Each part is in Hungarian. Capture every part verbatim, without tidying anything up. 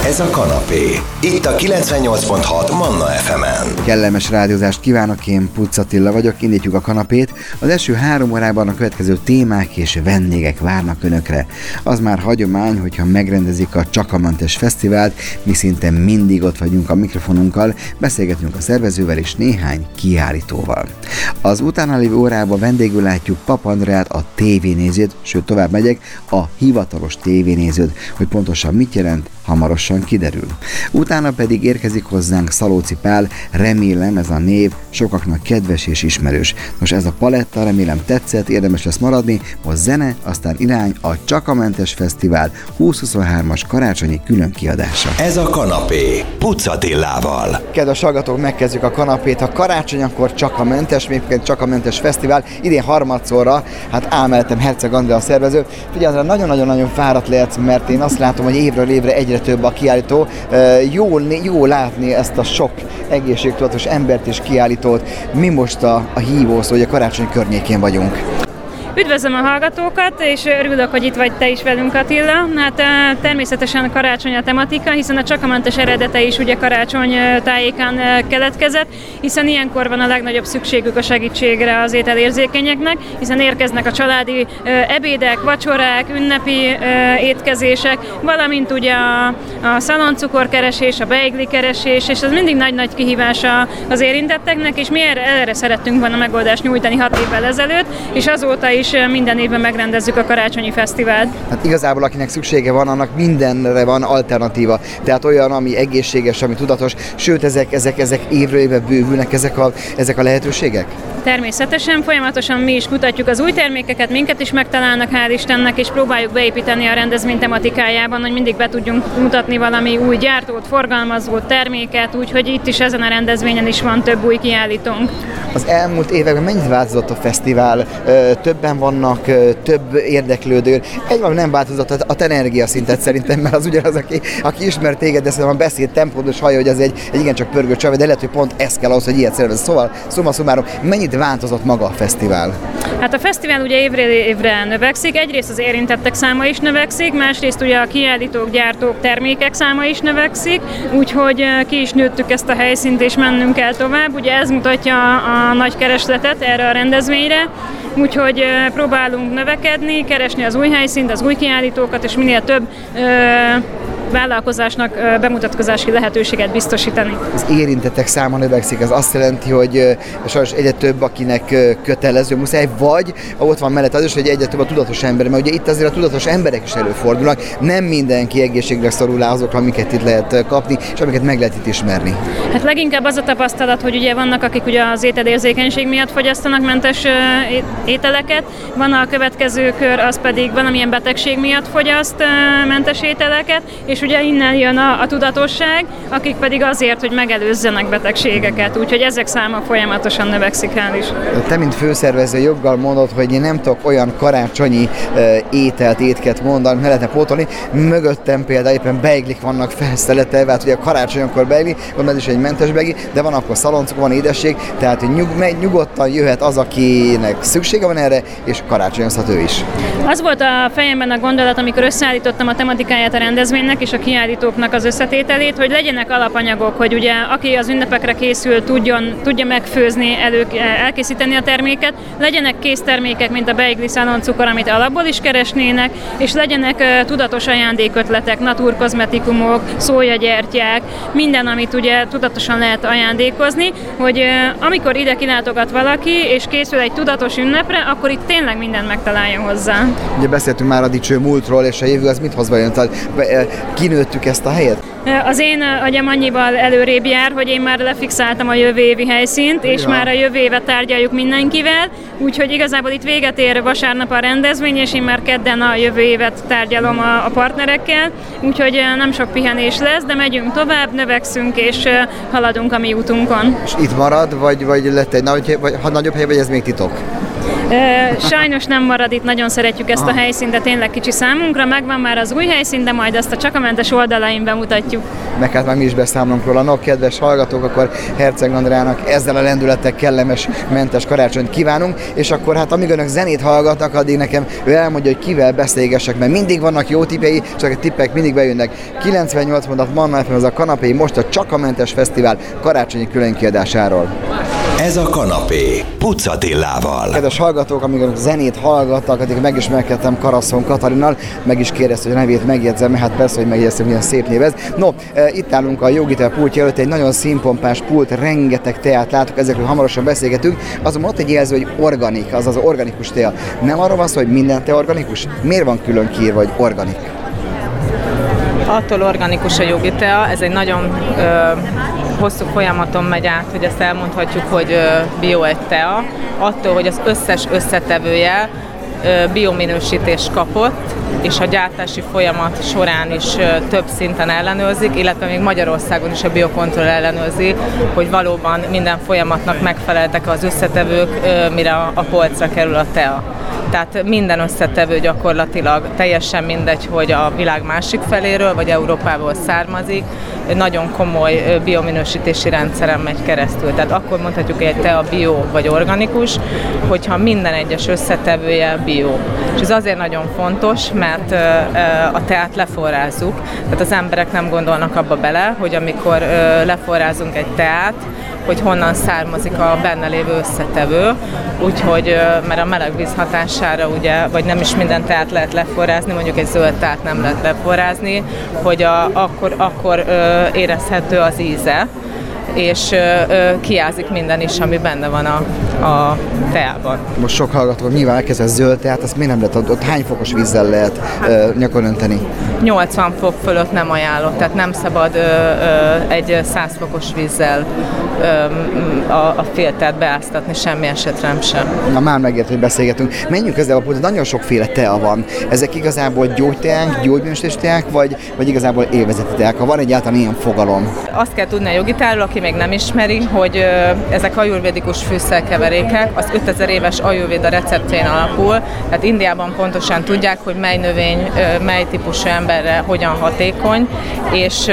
Ez a kanapé. Itt a kilencvennyolc pont hat Manna ef emen. Kellemes rádiózást kívánok, én Pucz Attila vagyok, indítjuk a kanapét. Az első három órában a következő témák és vendégek várnak önökre. Az már hagyomány, hogyha megrendezik a Csakamentes Fesztivált, mi szinte mindig ott vagyunk a mikrofonunkkal, beszélgetünk a szervezővel és néhány kiállítóval. Az utána lévő órában vendégül látjuk Pap Andreát, a tévénézőt, sőt tovább megyek, a hivatalos tévénézőt, hogy pontosan mit jelent, hamarosan kiderül. Utána pedig érkezik hozzánk Szalóci Pál, remélem ez a név sokaknak kedves és ismerős. Most ez a paletta remélem tetszett, érdemes lesz maradni, most zene, aztán irány a Csakamentes Fesztivál húsz-huszonhármas karácsonyi külön kiadása. Ez a kanapé Pucz Attilával. Kedves hallgatók, megkezdjük a kanapét. A karácsony akkor Csakamentes, még Csakamentes Fesztivál, idén harmadszorra, hát álmellettem Herceg Andrea a szervező. Figyelj, nagyon-nagyon-nagyon fáradt lehet, mert én azt látom, hogy évről évre egyre több a kiállító. Jó, jó látni ezt a sok egészségtudatos embert és kiállítót. Mi most a, a hívószó, hogy a karácsony környékén vagyunk. Üdvözlöm a hallgatókat, és örülök, hogy itt vagy te is velünk, Attila. Hát természetesen karácsony a tematika, hiszen a Csakamentes eredete is ugye karácsony tájékán keletkezett, hiszen ilyenkor van a legnagyobb szükségük a segítségre az ételérzékenyeknek, hiszen érkeznek a családi ebédek, vacsorák, ünnepi étkezések, valamint ugye a, a szaloncukorkeresés, a beiglikeresés, és ez mindig nagy-nagy kihívás az érintetteknek, és mi erre, erre szerettünk volna megoldást nyújtani hat évvel ezelőtt, és azóta is minden évben megrendezzük a karácsonyi fesztivált. Hát igazából akinek szüksége van, annak mindenre van alternatíva. Tehát olyan, ami egészséges, ami tudatos, sőt ezek, ezek, ezek évről évre bővülnek ezek a, ezek a lehetőségek? Természetesen, folyamatosan mi is kutatjuk az új termékeket, minket is megtalálnak, hál' Istennek, és próbáljuk beépíteni a rendezvény tematikájában, hogy mindig be tudjunk mutatni valami új gyártót, forgalmazót, terméket, úgyhogy itt is ezen a rendezvényen is van több új kiállítónk. Az elmúlt években mennyit változott a fesztivál? Többen vannak, több érdeklődő. Egy valami nem változott a te energiaszintet szerintem, mert az ugyanaz, aki, aki ismer téged, de szerintem a beszéd tempódos hallja, hogy az egy, egy igencsak pörgő csaj, de lehet, hogy pont ez kell ahhoz, hogy ilyet szervez. Szóval, szóval szumárom, mennyit változott maga a fesztivál? Hát a fesztivál ugye évről évre növekszik, egyrészt az érintettek száma is növekszik, másrészt ugye a kiállítók, gyártók, termékek száma is növekszik, úgyhogy ki is nőttük ezt a helyszínt, és mennünk kell tovább. Ugye ez mutatja a nagy keresletet erre a rendezvényre, úgyhogy próbálunk növekedni, keresni az új helyszínt, az új kiállítókat, és minél több ö, vállalkozásnak bemutatkozási lehetőséget biztosítani. Az érintettek száma növekszik, ez azt jelenti, hogy sajnos egyre több, akinek kötelező muszáj, vagy ott van mellett az is, hogy egyre több a tudatos ember, mert ugye itt azért a tudatos emberek is előfordulnak, nem mindenki egészségre szorul rá azokra, amiket itt lehet kapni, és amiket meg lehet itt ismerni. Hát leginkább az a tapasztalat, hogy ugye vannak, akik ugye az ételérzékenység miatt fogyasztanak mentes ételeket, van a következő kör, az pedig valamilyen betegség miatt fogyaszt mentes ételeket, és ugye innen jön a, a tudatosság, akik pedig azért, hogy megelőzzenek betegségeket, úgyhogy ezek száma folyamatosan növekszik el is. Te, mint főszervező joggal mondod, hogy én nem tudok olyan karácsonyi e, ételt, étket mondani, mert lehetne pótolni. Mögöttem például éppen beiglik vannak felszeletelve, hát ugye a karácsonykor beigli, van ez is egy mentes beigli, de van akkor szaloncuk, van édesség, tehát hogy nyug, nyugodtan jöhet az, akinek szüksége van erre, és karácsonyozhat ő is. Az volt a fejemben a gondolat, amikor összeállítottam a tematikáját a rendezvénynek és a kiállítóknak az összetételét, hogy legyenek alapanyagok, hogy ugye aki az ünnepekre készül, tudjon, tudja megfőzni, elő, elkészíteni a terméket, legyenek késztermékek, mint a beigli, szaloncukor, amit alapból is keresnének, és legyenek uh, tudatos ajándékötletek, naturkozmetikumok, szójagyertyák, minden, amit ugye tudatosan lehet ajándékozni, hogy uh, amikor ide kilátogat valaki, és készül egy tudatos ünnepre, akkor itt tényleg mindent megtaláljon hozzá. Ugye beszéltünk már a dicső múltról, és a jövő az mit hoz bejön? Kinőttük ezt a helyet? Az én agyam annyival előrébb jár, hogy én már lefixáltam a jövő évi helyszínt, és ja. már a jövő évet tárgyaljuk mindenkivel, úgyhogy igazából itt véget ér vasárnap a rendezvény, és én már kedden a jövő évet tárgyalom a, a partnerekkel, úgyhogy nem sok pihenés lesz, de megyünk tovább, növekszünk és haladunk a mi útunkon. És itt marad, vagy, vagy lett egy nagy, vagy, ha nagyobb hely, vagy ez még titok? Sajnos nem marad itt, nagyon szeretjük ezt a helyszínt, de tényleg kicsi számunkra. Megvan már az új helyszín, de majd azt a Csakamentes oldalain bemutatjuk. Meg hát meg mi is beszámolunk róla. No, kedves hallgatók, akkor Herceg Andrának ezzel a lendülettel kellemes, mentes karácsonyt kívánunk, és akkor hát amíg önök zenét hallgatnak, addig nekem ő elmondja, hogy kivel beszélgessek, mert mindig vannak jó tippei, csak a tippek mindig bejönnek. kilencvennyolc mondat Manna ef em, az a kanapé, most a Csakamentes Fesztivál karácsonyi különkiadásáról. Ez a kanapé Pucz Attilával. Kedves hallgatók, amíg a zenét hallgattak, addig megismerkedtem Karaszon Katalinnal, meg is kérdezte, hogy a nevét megjegyzem, hát persze, hogy megjegyeztem, milyen szép név ez. No, e, itt állunk a Jogiter pultja előtt, egy nagyon színpompás pult, rengeteg teát látok, ezekről hamarosan beszélgetünk. Azonban ott egy jelző, hogy organik, azaz organikus tea. Nem arról van szó, hogy minden tea organikus? Miért van külön kiírva, hogy organik? Attól organikus a Jogitea, ez egy nagyon ö, hosszú folyamaton megy át, hogy ezt elmondhatjuk, hogy ö, bio egy tea, attól, hogy az összes összetevője ö, biominősítést kapott, és a gyártási folyamat során is ö, több szinten ellenőrzik, illetve még Magyarországon is a biokontroll ellenőrzi, hogy valóban minden folyamatnak megfeleltek az összetevők, ö, mire a, a polcra kerül a tea. Tehát minden összetevő gyakorlatilag teljesen mindegy, hogy a világ másik feléről vagy Európából származik, nagyon komoly biominősítési rendszeren megy keresztül. Tehát akkor mondhatjuk, hogy egy tea bio vagy organikus, hogyha minden egyes összetevője bio. És ez azért nagyon fontos, mert a teát leforrázzuk. Tehát az emberek nem gondolnak abba bele, hogy amikor leforrázunk egy teát, hogy honnan származik a benne lévő összetevő, úgyhogy, mert a meleg víz hatására ugye, vagy nem is minden teát lehet leforrázni, mondjuk egy zöld teát nem lehet leforrázni, hogy a, akkor, akkor ö, érezhető az íze, és ö, kiázik minden is, ami benne van a, a teában. Most sok hallgató nyilván elkezd a zöld teát, azt miért nem lehet, ott hány fokos vízzel lehet ö, nyakon önteni? nyolcvan fok fölött nem ajánlott, tehát nem szabad ö, ö, egy száz fokos vízzel ö, a, a filtert beáztatni, semmi esetre sem. Na már megért, hogy beszélgetünk. Menjünk közel a pultra, nagyon sokféle tea van. Ezek igazából gyógyteák, gyógyminősítésű teák, vagy, vagy igazából élvezeti teák? Ha van egyáltalán ilyen fogalom? Azt kell tudni a Jogitáról, aki még nem ismeri, hogy ö, ezek ajurvédikus fűszerkeverékek, az ötezer éves ajurvéda receptjén alapul, tehát Indiában pontosan tudják, hogy mely növény, ö, mely típusú emberre hogyan hatékony, és ö,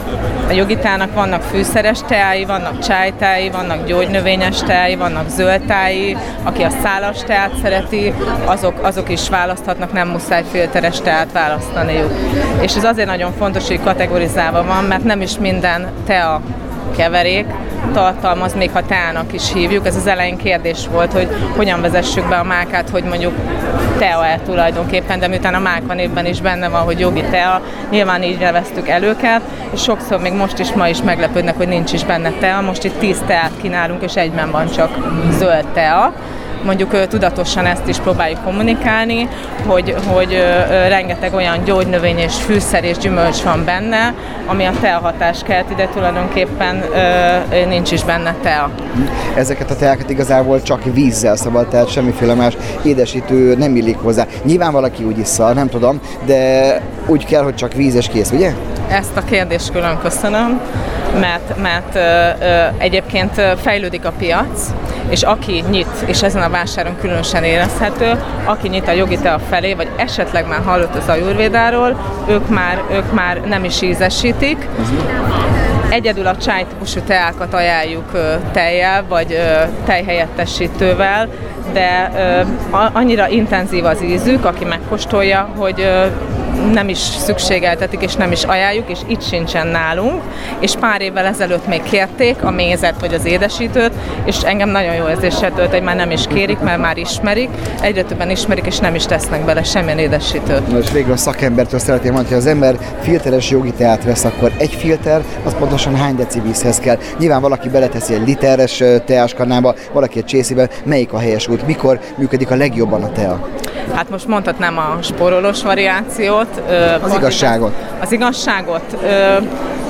a Jogitának vannak fűszeres teái, vannak csájtái, vannak gyógynövényes teái, vannak zöld teái, aki a szálas teát szereti, azok, azok is választhatnak, nem muszáj filteres teát választaniuk. És ez azért nagyon fontos, hogy kategorizálva van, mert nem is minden tea keverék tartalmaz, még ha teának is hívjuk. Ez az elején kérdés volt, hogy hogyan vezessük be a márkát, hogy mondjuk tea-e tulajdonképpen, de miután a márka névben is benne van, hogy jogi tea, nyilván így neveztük el őket, és sokszor még most is, ma is meglepődnek, hogy nincs is benne tea. Most itt tíz teát kínálunk, és egyben van csak zöld tea. Mondjuk tudatosan ezt is próbáljuk kommunikálni, hogy, hogy ö, rengeteg olyan gyógynövény és fűszer és gyümölcs van benne, ami a tea hatást kelti, de tulajdonképpen ö, nincs is benne tea. Ezeket a teákat igazából csak vízzel szabad, tehát semmiféle más édesítő nem illik hozzá. Nyilván valaki úgy issza, nem tudom, de úgy kell, hogy csak víz és kész, ugye? Ezt a kérdést külön köszönöm, mert, mert ö, ö, egyébként fejlődik a piac, és aki nyit, és ezen a vásáron különösen érezhető, aki nyit a Jogitea felé, vagy esetleg már hallott az ajurvédáról, ők már, ők már nem is ízesítik. Egyedül a csájtípusú teákat ajánljuk tejjel, vagy tejhelyettesítővel, de annyira intenzív az ízük, aki megkóstolja, hogy nem is szükségeltetik, és nem is ajánljuk, és itt sincsen nálunk, és pár évvel ezelőtt még kérték a mézet vagy az édesítőt, és engem nagyon jó érzéssel tölt, hogy már nem is kérik, mert már ismerik, egyre többen ismerik, és nem is tesznek bele semmilyen édesítőt. Na és végül a szakembertől szeretném mondani, hogy az ember filteres Jogiteát vesz, akkor egy filter, az pontosan hány deci vízhez kell. Nyilván valaki beleteszi egy literes teáskannába, valaki egy csészibe, melyik a helyes út, mikor működik a legjobban a tea? Hát most mondhatnám a spórolós variációt. Az igazságot. Az igazságot.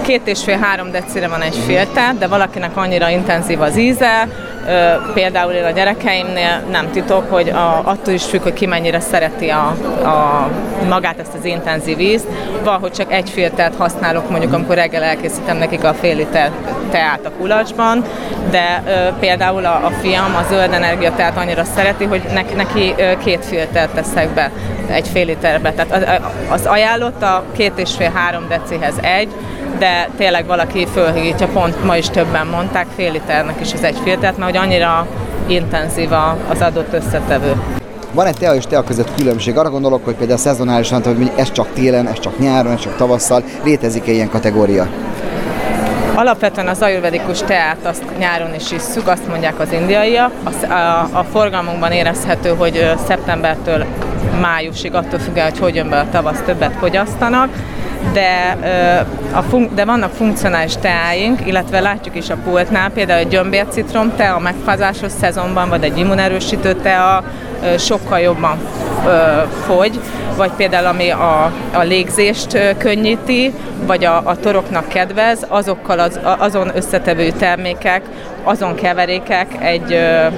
két és fél-három decire van egy filter, de valakinek annyira intenzív az íze, például én a gyerekeimnél nem titok, hogy a, attól is függ, hogy ki mennyire szereti a, a, magát ezt az intenzív ízt. Valahogy csak egy filtert használok, mondjuk amikor reggel elkészítem nekik a fél liter teát a kulacsban, de ö, például a, a fiam a zöld energia teát annyira szereti, hogy neki, neki ö, két filtert teszek be egy fél literbe. Tehát az, az ajánlott a két és fél-három decihez egy, de tényleg valaki fölhigítja, pont ma is többen mondták, fél liternek is az egy filtert, mert hogy annyira intenzív az adott összetevő. Van egy tea és tea között különbség? Arra gondolok, hogy például szezonálisan, hogy ez csak télen, ez csak nyáron, ez csak tavasszal. Létezik-e ilyen kategória? Alapvetően az ajurvedikus teát azt nyáron is isszuk, azt mondják az indiaiak. A, a, a forgalmunkban érezhető, hogy szeptembertől májusig, attól függően, hogy hogy jön be a tavasz, többet fogyasztanak. De, a fun- de vannak funkcionális teáink, illetve látjuk is a pultnál, például egy gyömbércitrom tea a megfazásos szezonban, vagy egy immunerősítő tea sokkal jobban fogy, vagy például ami a, a légzést könnyíti, vagy a, a toroknak kedvez, azokkal az, azon összetevő termékek, azon keverékek egy,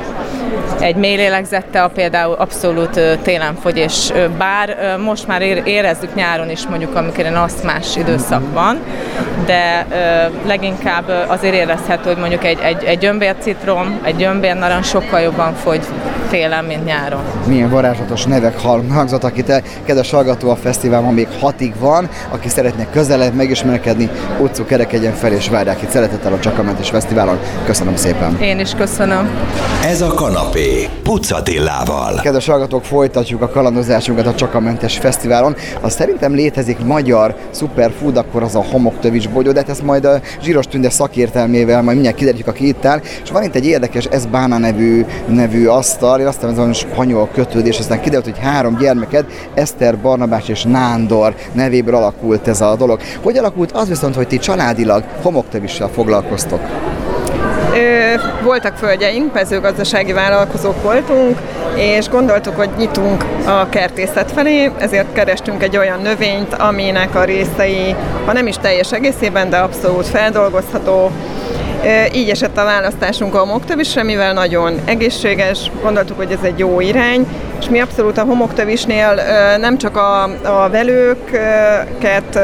egy mély lélegzettel például abszolút télen fogy, és bár most már érezzük nyáron is mondjuk, amikor egy asztmás időszak van, de leginkább azért érezhető, hogy mondjuk egy, egy, egy gyömbércitrom, egy gyömbérnarancs sokkal jobban fogy télen, mint nyáron. Milyen varázslatos nevek hangzottak itt el. Kedves hallgató, a fesztiválon még hatig van, aki szeretne közelebb megismerkedni, utcuk kerekedjen fel és várják itt szeretettel a Csakamentes Fesztiválon. Köszönöm szépen. Én is köszönöm. Ez a kanapé Pucz Attilával. Kedves hallgatók, folytatjuk a kalandozásunkat a Csakamentes Fesztiválon. Ha szerintem létezik magyar superfood, akkor az a homoktövis bogyó, de ezt majd a Zsíros Tünde szakértelmével majd mindjárt kiderítjük, aki itt áll. És van itt egy érdekes Eszbána nevű, nevű asztal, én azt hiszem, ez a spanyol kötődés, aztán kiderült, hogy három gyermeked, Eszter, Barnabás és Nándor nevéből alakult ez a dolog. Hogy alakult? Az viszont, hogy ti családilag homoktövissel foglalkoztok. Voltak földjeink, mezőgazdasági vállalkozók voltunk, és gondoltuk, hogy nyitunk a kertészet felé, ezért kerestünk egy olyan növényt, aminek a részei, ha nem is teljes egészében, de abszolút feldolgozható. Így esett a választásunk a homoktövisre, mivel nagyon egészséges, gondoltuk, hogy ez egy jó irány, és mi abszolút a homoktövisnél nem csak a, a velőket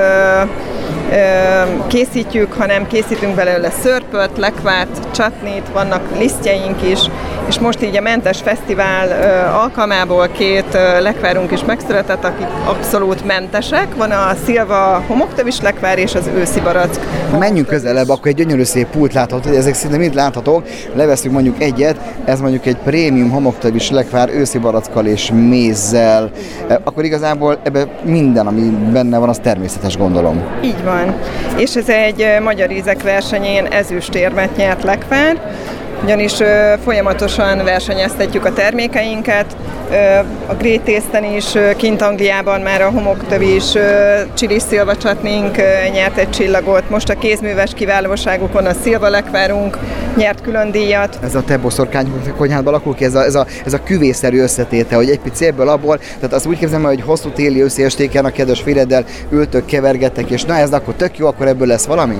készítjük, hanem készítünk belőle szörpöt, lekvárt, csatnit, vannak lisztjeink is, és most így a Mentes Fesztivál alkalmából két lekvárunk is megszületett, akik abszolút mentesek. Van a szilva homoktövis lekvár és az őszi barack. Menjünk közelebb, akkor egy gyönyörű szép pult látható, hogy ezek szinte mind láthatók. Leveszünk mondjuk egyet, ez mondjuk egy prémium homoktövis lekvár őszi barackkal és mézzel. Akkor igazából ebben minden, ami benne van, az természetes, gondolom. Így van. És ez egy magyar ízek versenyén ezüstérmet nyert lekvár, ugyanis ö, folyamatosan versenyeztetjük a termékeinket. Ö, a Great Taste-en is ö, kint Angliában már a homoktövis chili szilva csatnink ö, nyert egy csillagot. Most a kézműves kiválóságukon a szilva lekvárunk nyert külön díjat. Ez a te boszorkány konyhádban alakul ki, ez a, ez a, ez a küvészerű összetétel, hogy egy pici ebből abból, tehát azt úgy képzelem, hogy hosszú téli őszi estéken a kedves férjeddel ültök, kevergettek, és na ez akkor tök jó, akkor ebből lesz valami?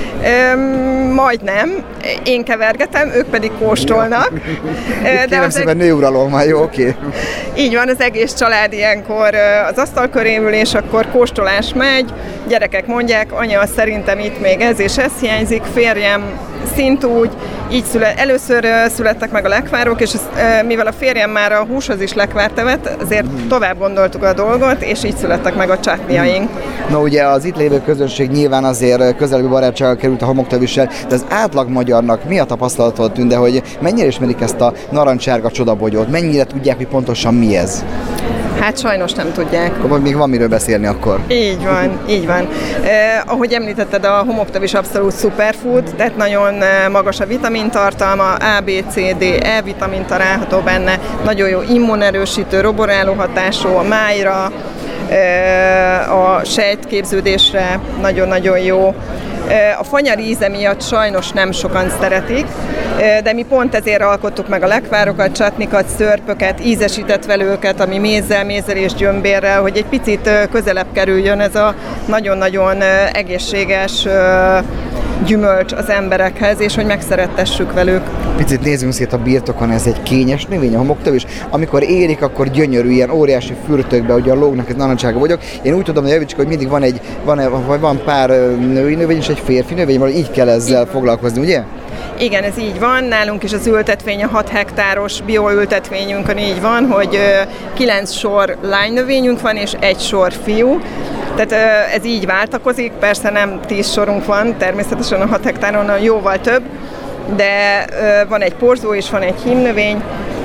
Ö, majdnem. Én kevergetem, ők pedig kóstolnak. Itt kérem szépen nőuralom, már jó, oké. Okay. Így van, az egész család ilyenkor az asztal köré ül, és akkor kóstolás megy, gyerekek mondják, anya, szerintem itt még ez és ez hiányzik, férjem szintúgy, így szület, először születtek meg a lekvárok, és mivel a férjem már a húshoz is lekvárt evett, azért tovább gondoltuk a dolgot, és így születtek meg a csatniaink. Na ugye az itt lévő közönség nyilván azért közelebbi barátsággal került a homoktövissel, de az átlag magyarnak mi a tapasztalatod, Tünde, hogy mennyire ismerik ezt a narancsárga csodabogyót, mennyire tudják, hogy pontosan mi ez? Hát sajnos nem tudják. Akkor még van miről beszélni akkor. Így van, így van. Eh, ahogy említetted, a homoktövis abszolút superfood, tehát nagyon magas a vitamintartalma, A, B, C, D, E vitamin található benne, nagyon jó immunerősítő, roboráló hatású a májra, eh, a sejtképződésre nagyon-nagyon jó. A fanyar íze miatt sajnos nem sokan szeretik, de mi pont ezért alkottuk meg a lekvárokat, csatnikat, szörpöket, ízesített velőket, ami mézzel, mézzel és gyömbérrel, hogy egy picit közelebb kerüljön ez a nagyon-nagyon egészséges gyümölcs az emberekhez, és hogy megszerettessük velük. Picit nézzünk szét a birtokon, ez egy kényes növény, a homoktöv is. Amikor érik, akkor gyönyörű, ilyen óriási fürtökbe, ugye a lógnak egy narancsága vagyok. Én úgy tudom, hogy javítsuk, hogy mindig van egy, van, vagy van pár női növény és egy férfi növény, valahogy így kell ezzel foglalkozni, ugye? Igen, ez így van. Nálunk is az ültetvény, a hat hektáros bioültetvényünkön így van, hogy kilenc sor lánynövényünk van, és egy sor fiú. Tehát ez így váltakozik, persze nem tíz sorunk van, természetesen a hat hektáron jóval több, de van egy porzó és van egy hímnövény.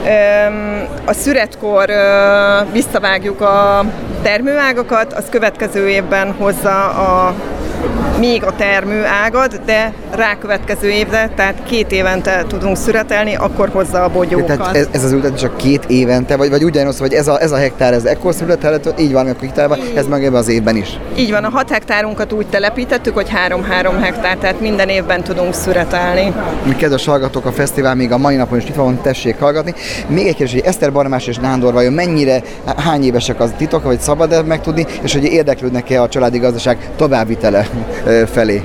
A szüretkor visszavágjuk a termőágakat, az következő évben hozza a még a termőágat, de rákövetkező évre, tehát két évente tudunk szüretelni, akkor hozza a bogyókat. Tehát ez, ez az ültetés csak két évente, vagy, vagy ugyanaz, hogy ez a, ez a hektár, ez ekkor született, így van, akkor hektárban, ez meg ebben az évben is. Így van, a hat hektárunkat úgy telepítettük, hogy három-három hektár, tehát minden évben tudunk szüretelni. Kedves hallgatók, a fesztivál még a mai napon is itt van, tessék hallgatni. Még egy kérdés, hogy Eszter Barnabás és Nándor vajon mennyire, hány évesek az titok, vagy szabad-e megtudni, és hogy érdeklődnek-e a családi gazdaság továbbvitele felé?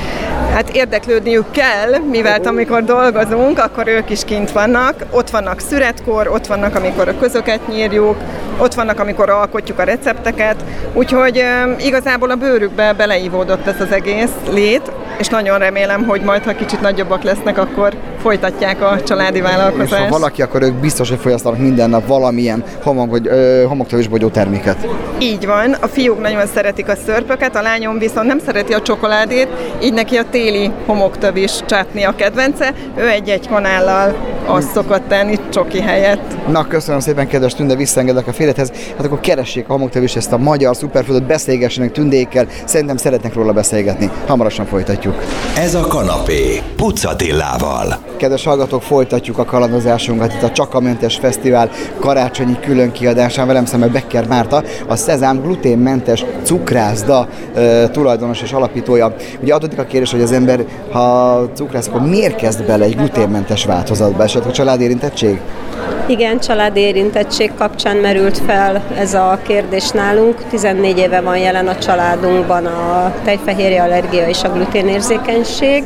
Hát érdeklődniük kell, mivel amikor dolgozunk, akkor ők is kint vannak. Ott vannak szüretkor, ott vannak, amikor a közöket nyírjuk, ott vannak, amikor alkotjuk a recepteket. Úgyhogy e, igazából a bőrükbe beleívódott ez az egész lét, és nagyon remélem, hogy majd, ha kicsit nagyobbak lesznek, akkor folytatják a családi vállalkozást. És ha valaki, akkor ők biztos, hogy fogyasztanak minden nap valamilyen homok, vagy homoktövés bogyó terméket. Így van, a fiúk nagyon szeretik a szörpöket, a lányom viszont nem szereti a csokoládét, így neki a téli homoktövés csátni a kedvence, ő egy-egy kanállal azt szokott tenni csoki helyett. Na, köszönöm szépen, kedves Tünde, visszaengedek a félethez. Hát akkor keressék a homoktövés, ezt a magyar szuperfoodot, beszélgessenek Tündékkel, szerintem szeretnek róla beszélgetni. Hamarosan folytatjuk. Ez a kanapé Puc Attilával. Kedves hallgatók, folytatjuk a kalandozásunkat itt a Csakamentes Fesztivál karácsonyi külön kiadásán. Velem szemben Becker Márta, a Szezám gluténmentes cukrászda e, tulajdonos és alapítója. Ugye adódik a kérdés, hogy az ember, ha cukrász, akkor miért kezd bele egy gluténmentes változatba? Esetleg a család érintettség? Igen, családi érintettség kapcsán merült fel ez a kérdés nálunk. tizennégy éve van jelen a családunkban a tejfehérje allergia és a gluténérzékenység,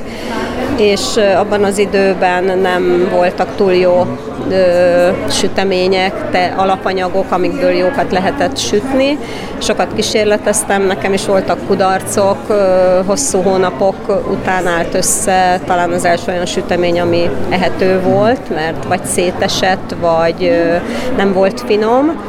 és abban az időben nem voltak túl jó ö, sütemények, te, alapanyagok, amikből jókat lehetett sütni. Sokat kísérleteztem, nekem is voltak kudarcok, ö, hosszú hónapok után állt össze talán az első olyan sütemény, ami ehető volt, mert vagy szétesett, vagy ö, nem volt finom.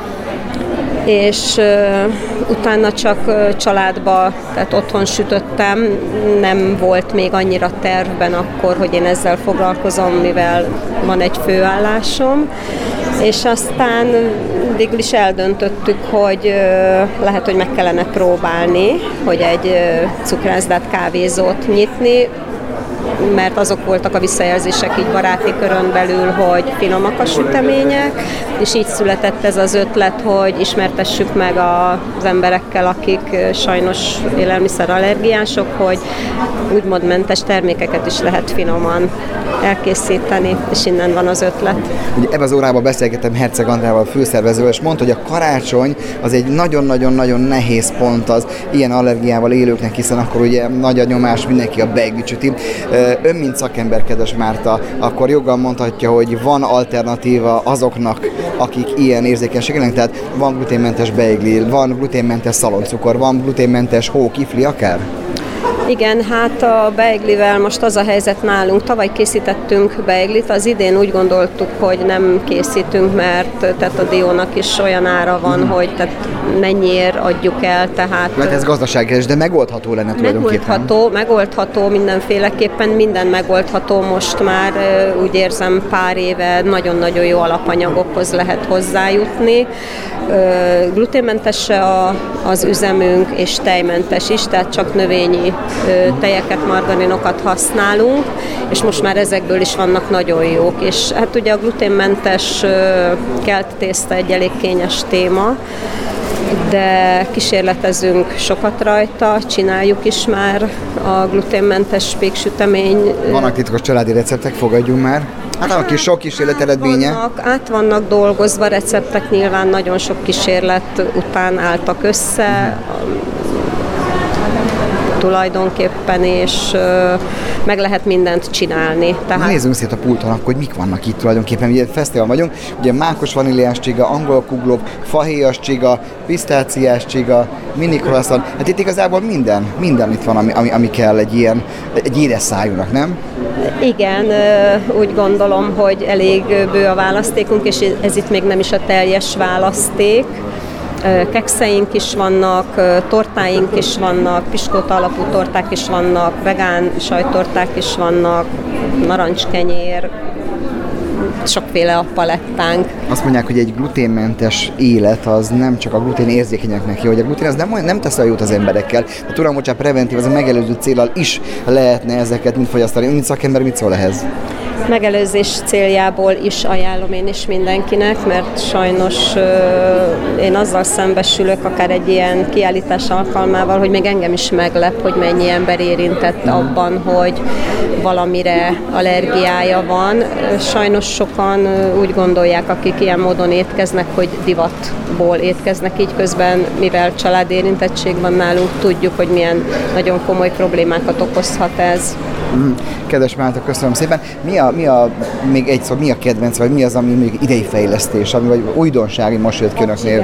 És uh, utána csak uh, családba, tehát otthon sütöttem, nem volt még annyira tervben akkor, hogy én ezzel foglalkozom, mivel van egy főállásom, és aztán végül is eldöntöttük, hogy uh, lehet, hogy meg kellene próbálni, hogy egy uh, cukrászdát, kávézót nyitni, mert azok voltak a visszajelzések így baráti körön belül, hogy finomak a sütemények, és így született ez az ötlet, hogy ismertessük meg az emberekkel, akik sajnos élelmiszerallergiások, hogy úgymond mentes termékeket is lehet finoman elkészíteni, és innen van az ötlet. Ugye ebben az órában beszélgettem Herceg Andrával, főszervezővel, és mondta, hogy a karácsony az egy nagyon-nagyon-nagyon nehéz pont az ilyen allergiával élőknek, hiszen akkor ugye nagy a nyomás, mindenki a beiglit süti. Ön, mint szakember, kedves Márta, akkor joggal mondhatja, hogy van alternatíva azoknak, akik ilyen érzékenységek, tehát van gluténmentes beigli, van gluténmentes szaloncukor, van gluténmentes hó, kifli akár? Igen, hát a beiglivel most az a helyzet nálunk, tavaly készítettünk beiglit, az idén úgy gondoltuk, hogy nem készítünk, mert tehát a diónak is olyan ára van, hmm. hogy tehát mennyiért adjuk el, tehát... Mert ez gazdaságos, de megoldható lenne tulajdonképpen. Megoldható, megoldható mindenféleképpen, minden megoldható most már, úgy érzem pár éve nagyon-nagyon jó alapanyagokhoz lehet hozzájutni. Gluténmentes az üzemünk, és tejmentes is, tehát csak növényi tejeket, margarinokat használunk, és most már ezekből is vannak nagyon jók. És hát ugye a gluténmentes kelt tészta egy elég kényes téma, de kísérletezünk sokat rajta, csináljuk is már a gluténmentes péksütemény. Vannak titkos családi receptek, fogadjunk már. Hát aki sok kísérlet eredménye. Vannak, át vannak dolgozva, receptek nyilván nagyon sok kísérlet után álltak össze, tulajdonképpen, és meg lehet mindent csinálni. Tehát... Nézzünk szét a pulton, akkor, hogy mik vannak itt tulajdonképpen. Ugye fesztivál vagyunk, ugye mákos vaníliás csiga, angol kuglók, fahéjas csiga, pisztáciás csiga, mini croissant. Hát itt igazából minden, minden itt van, ami, ami, ami kell egy ilyen, egy édes szájúnak, nem? Igen, úgy gondolom, hogy elég bő a választékunk, és ez itt még nem is a teljes választék. Kekszeink is vannak, tortáink is vannak, piskóta alapú torták is vannak, vegán sajttorták is vannak, narancskenyér, sokféle a palettánk. Azt mondják, hogy egy gluténmentes élet az nem csak a glutén érzékenyeknek jó, hogy a glutén az nem, nem tesz a jót az emberekkel. A tudom, hogy csak preventív, az a megelőző céllal is lehetne ezeket mind fogyasztani. Mint szakember mit szól ehhez? Megelőzés céljából is ajánlom én is mindenkinek, mert sajnos euh, én azzal szembesülök, akár egy ilyen kiállítás alkalmával, hogy még engem is meglep, hogy mennyi ember érintett abban, hogy valamire allergiája van. Sajnos sokan úgy gondolják, akik ilyen módon étkeznek, hogy divatból étkeznek, így közben, mivel családérintettség van nálunk, tudjuk, hogy milyen nagyon komoly problémákat okozhat ez. Mm, kedves Márta, köszönöm szépen. Mi a, mi a, még egy szó, mi a kedvenc, vagy mi az, ami még idei fejlesztés, ami vagy újdonság, ami most jött ki önöknél?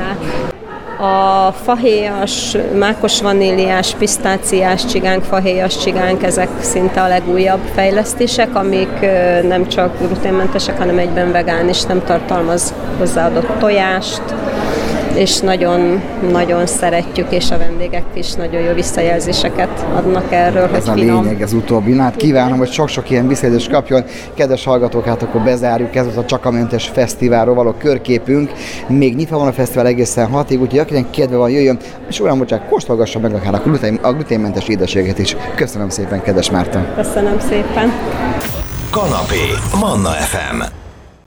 A fahéjas, mákos vaníliás, pisztáciás csigánk, fahéjas csigánk, ezek szinte a legújabb fejlesztések, amik nem csak gluténmentesek, hanem egyben vegán is, nem tartalmaz hozzáadott tojást, és nagyon-nagyon szeretjük, és a vendégek is nagyon jó visszajelzéseket adnak erről, ez hogy a finom. lényeg, ez utóbbi. Hát kívánom, hogy sok-sok ilyen visszajelzést kapjon. Kedves hallgatók, hát akkor bezárjuk, ez volt a Csakamentes Fesztiválról való körképünk. Még nyitva van a fesztivál egészen hatig, úgyhogy akinek kedve van, jöjjön, és uram, bocsánat, kóstolgassa meg akár a, glutén, a gluténmentes édességet is. Köszönöm szépen, kedves Márta. Köszönöm szépen. Kanapé, Manna ef em.